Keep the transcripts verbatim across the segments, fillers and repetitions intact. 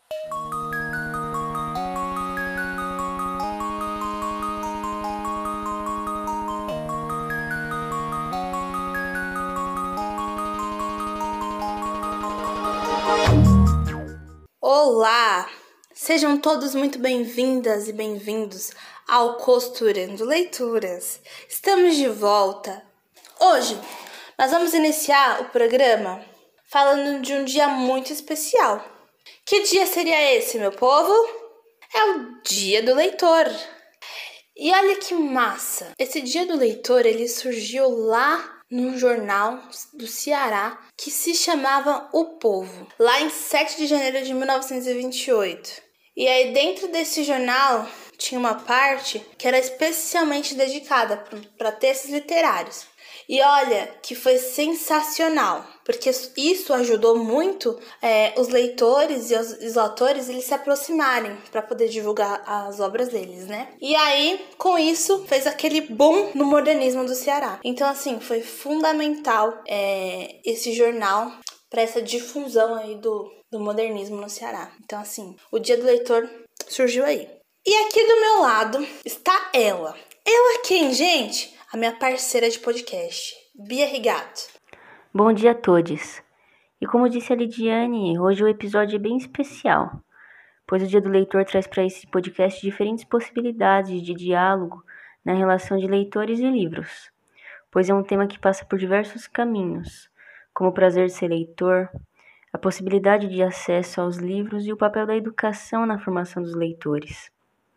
Olá! Sejam todos muito bem-vindas e bem-vindos ao Costurando Leituras. Estamos de volta. Hoje, nós vamos iniciar o programa falando de um dia muito especial. Que dia seria esse, meu povo? É o Dia do Leitor. E olha que massa! Esse Dia do Leitor, ele surgiu lá num jornal do Ceará que se chamava O Povo, lá em sete de janeiro de mil novecentos e vinte e oito. E aí dentro desse jornal tinha uma parte que era especialmente dedicada para textos literários. E olha que foi sensacional, porque isso ajudou muito é, os leitores e os, os autores eles se aproximarem para poder divulgar as obras deles, né? E aí, com isso, fez aquele boom no modernismo do Ceará. Então, assim, foi fundamental é, esse jornal para essa difusão aí do, do modernismo no Ceará. Então, assim, o Dia do Leitor surgiu aí. E aqui do meu lado está ela. Ela quem, gente? A minha parceira de podcast, Bia Rigato. Bom dia a todos. E como disse a Lidiane, hoje o episódio é bem especial, pois o Dia do Leitor traz para esse podcast diferentes possibilidades de diálogo na relação de leitores e livros, pois é um tema que passa por diversos caminhos, como o prazer de ser leitor, a possibilidade de acesso aos livros e o papel da educação na formação dos leitores.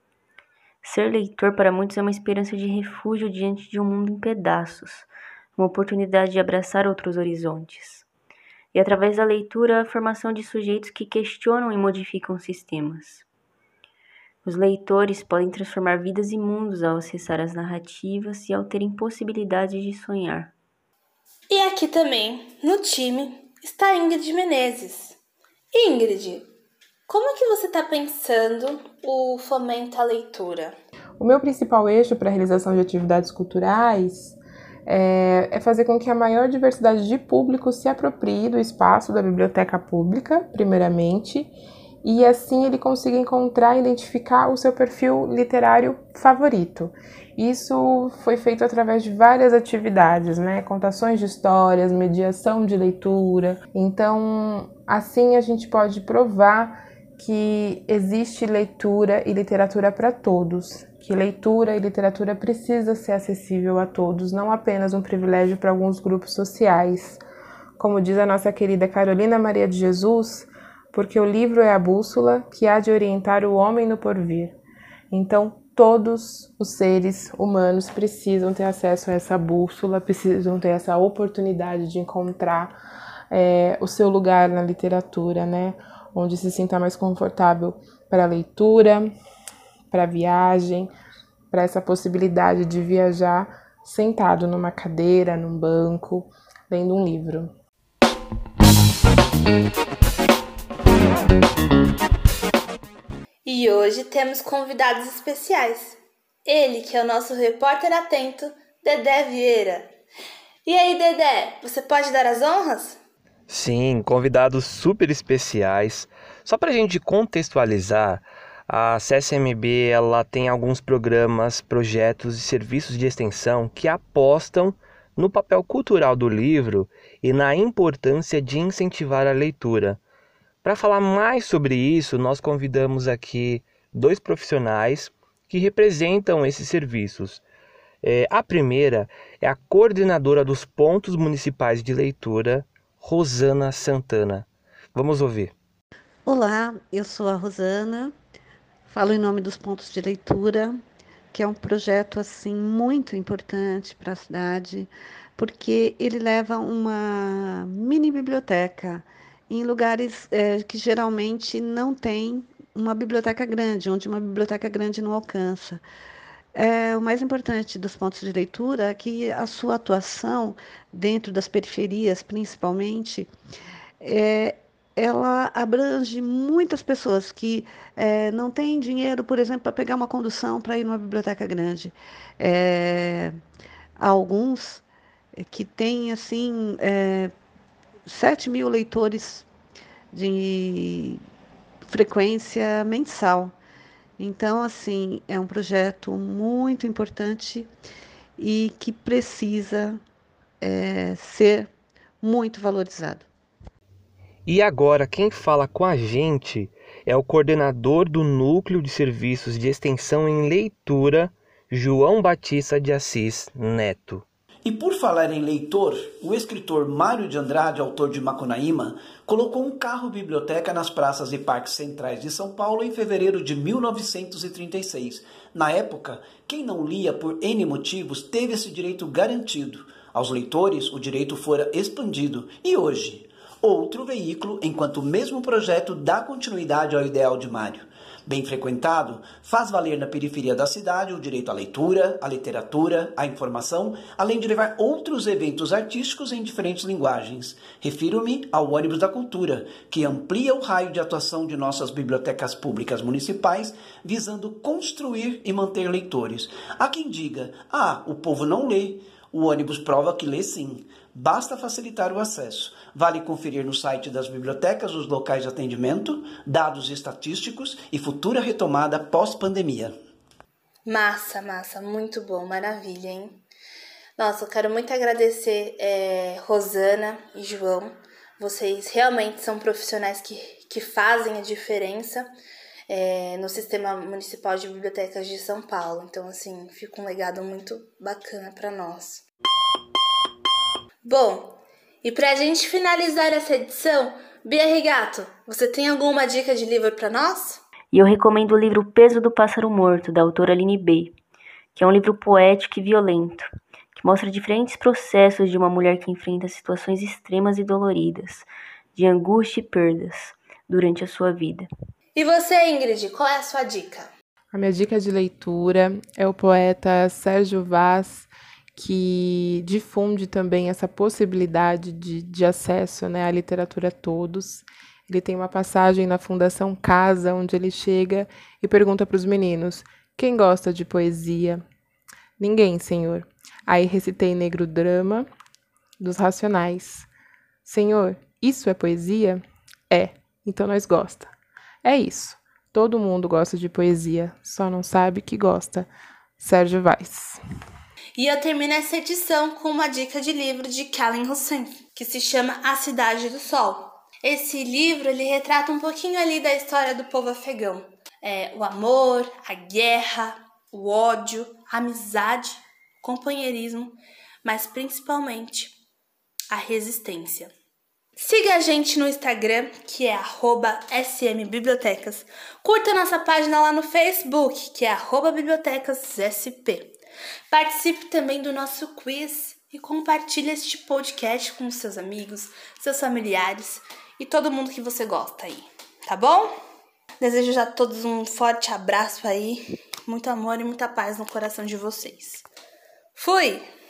Ser leitor para muitos é uma esperança de refúgio diante de um mundo em pedaços, uma oportunidade de abraçar outros horizontes. E através da leitura, a formação de sujeitos que questionam e modificam sistemas. Os leitores podem transformar vidas e mundos ao acessar as narrativas e ao terem possibilidade de sonhar. E aqui também, no time, está Ingrid Menezes. Ingrid, como que você está pensando o Fomenta a Leitura? O meu principal eixo para a realização de atividades culturais é, é fazer com que a maior diversidade de público se aproprie do espaço da biblioteca pública, primeiramente, e assim ele consiga encontrar e identificar o seu perfil literário favorito. Isso foi feito através de várias atividades, né? Contações de histórias, mediação de leitura. Então, assim a gente pode provar que existe leitura e literatura para todos, que leitura e literatura precisa ser acessível a todos, não apenas um privilégio para alguns grupos sociais. Como diz a nossa querida Carolina Maria de Jesus, porque o livro é a bússola que há de orientar o homem no porvir. Então, todos os seres humanos precisam ter acesso a essa bússola, precisam ter essa oportunidade de encontrar é, o seu lugar na literatura, né? Onde se sinta mais confortável para a leitura, para a viagem, para essa possibilidade de viajar sentado numa cadeira, num banco, lendo um livro. E hoje temos convidados especiais. Ele que é o nosso repórter atento, Dedé Vieira. E aí, Dedé, você pode dar as honras? Sim, convidados super especiais. Só para a gente contextualizar, a C S M B ela tem alguns programas, projetos e serviços de extensão que apostam no papel cultural do livro e na importância de incentivar a leitura. Para falar mais sobre isso, nós convidamos aqui dois profissionais que representam esses serviços. É, a primeira é a coordenadora dos pontos municipais de leitura, Rosana Santana. Vamos ouvir. Olá, eu sou a Rosana, falo em nome dos Pontos de Leitura, que é um projeto assim muito importante para a cidade, porque ele leva uma mini biblioteca em lugares é, que geralmente não tem uma biblioteca grande, onde uma biblioteca grande não alcança. É, o mais importante dos pontos de leitura é que a sua atuação dentro das periferias, principalmente, é, ela abrange muitas pessoas que é, não têm dinheiro, por exemplo, para pegar uma condução para ir numa biblioteca grande. É, há alguns que têm assim é, sete mil leitores de frequência mensal. Então, assim, é um projeto muito importante e que precisa é, ser muito valorizado. E agora quem fala com a gente é o coordenador do Núcleo de Serviços de Extensão em Leitura, João Batista de Assis Neto. E por falar em leitor, o escritor Mário de Andrade, autor de Macunaíma, colocou um carro-biblioteca nas praças e parques centrais de São Paulo em fevereiro de mil novecentos e trinta e seis. Na época, quem não lia por N motivos teve esse direito garantido. Aos leitores, o direito fora expandido. E hoje? Outro veículo, enquanto o mesmo projeto dá continuidade ao ideal de Mário. Bem frequentado, faz valer na periferia da cidade o direito à leitura, à literatura, à informação, além de levar outros eventos artísticos em diferentes linguagens. Refiro-me ao ônibus da cultura, que amplia o raio de atuação de nossas bibliotecas públicas municipais, visando construir e manter leitores. Há quem diga, ah, o povo não lê. O ônibus prova que lê sim. Basta facilitar o acesso. Vale conferir no site das bibliotecas os locais de atendimento, dados estatísticos e futura retomada pós-pandemia. Massa, massa, muito bom, maravilha, hein? Nossa, eu quero muito agradecer é, Rosana e João. Vocês realmente são profissionais que, que fazem a diferença é, no Sistema Municipal de Bibliotecas de São Paulo. Então, assim, fica um legado muito bacana para nós. Bom, e pra gente finalizar essa edição, Bia Rigato, você tem alguma dica de livro para nós? E eu recomendo o livro O Peso do Pássaro Morto, da autora Aline Bay, que é um livro poético e violento, que mostra diferentes processos de uma mulher que enfrenta situações extremas e doloridas, de angústia e perdas, durante a sua vida. E você, Ingrid, qual é a sua dica? A minha dica de leitura é o poeta Sérgio Vaz, que difunde também essa possibilidade de, de acesso, né, à literatura a todos. Ele tem uma passagem na Fundação Casa, onde ele chega e pergunta para os meninos, quem gosta de poesia? Ninguém, senhor. Aí recitei Negro Drama, dos Racionais. Senhor, isso é poesia? É, então nós gosta. É isso, todo mundo gosta de poesia, só não sabe que gosta. Sérgio Vaz. E eu termino essa edição com uma dica de livro de Khaled Hossein, que se chama A Cidade do Sol. Esse livro, ele retrata um pouquinho ali da história do povo afegão. É, o amor, a guerra, o ódio, a amizade, o companheirismo, mas principalmente a resistência. Siga a gente no Instagram, que é arroba S M Bibliotecas. Curta nossa página lá no Facebook, que é arroba Bibliotecas S P. Participe também do nosso quiz e compartilhe este podcast com seus amigos, seus familiares e todo mundo que você gosta aí, tá bom? Desejo a todos um forte abraço aí, muito amor e muita paz no coração de vocês. Fui!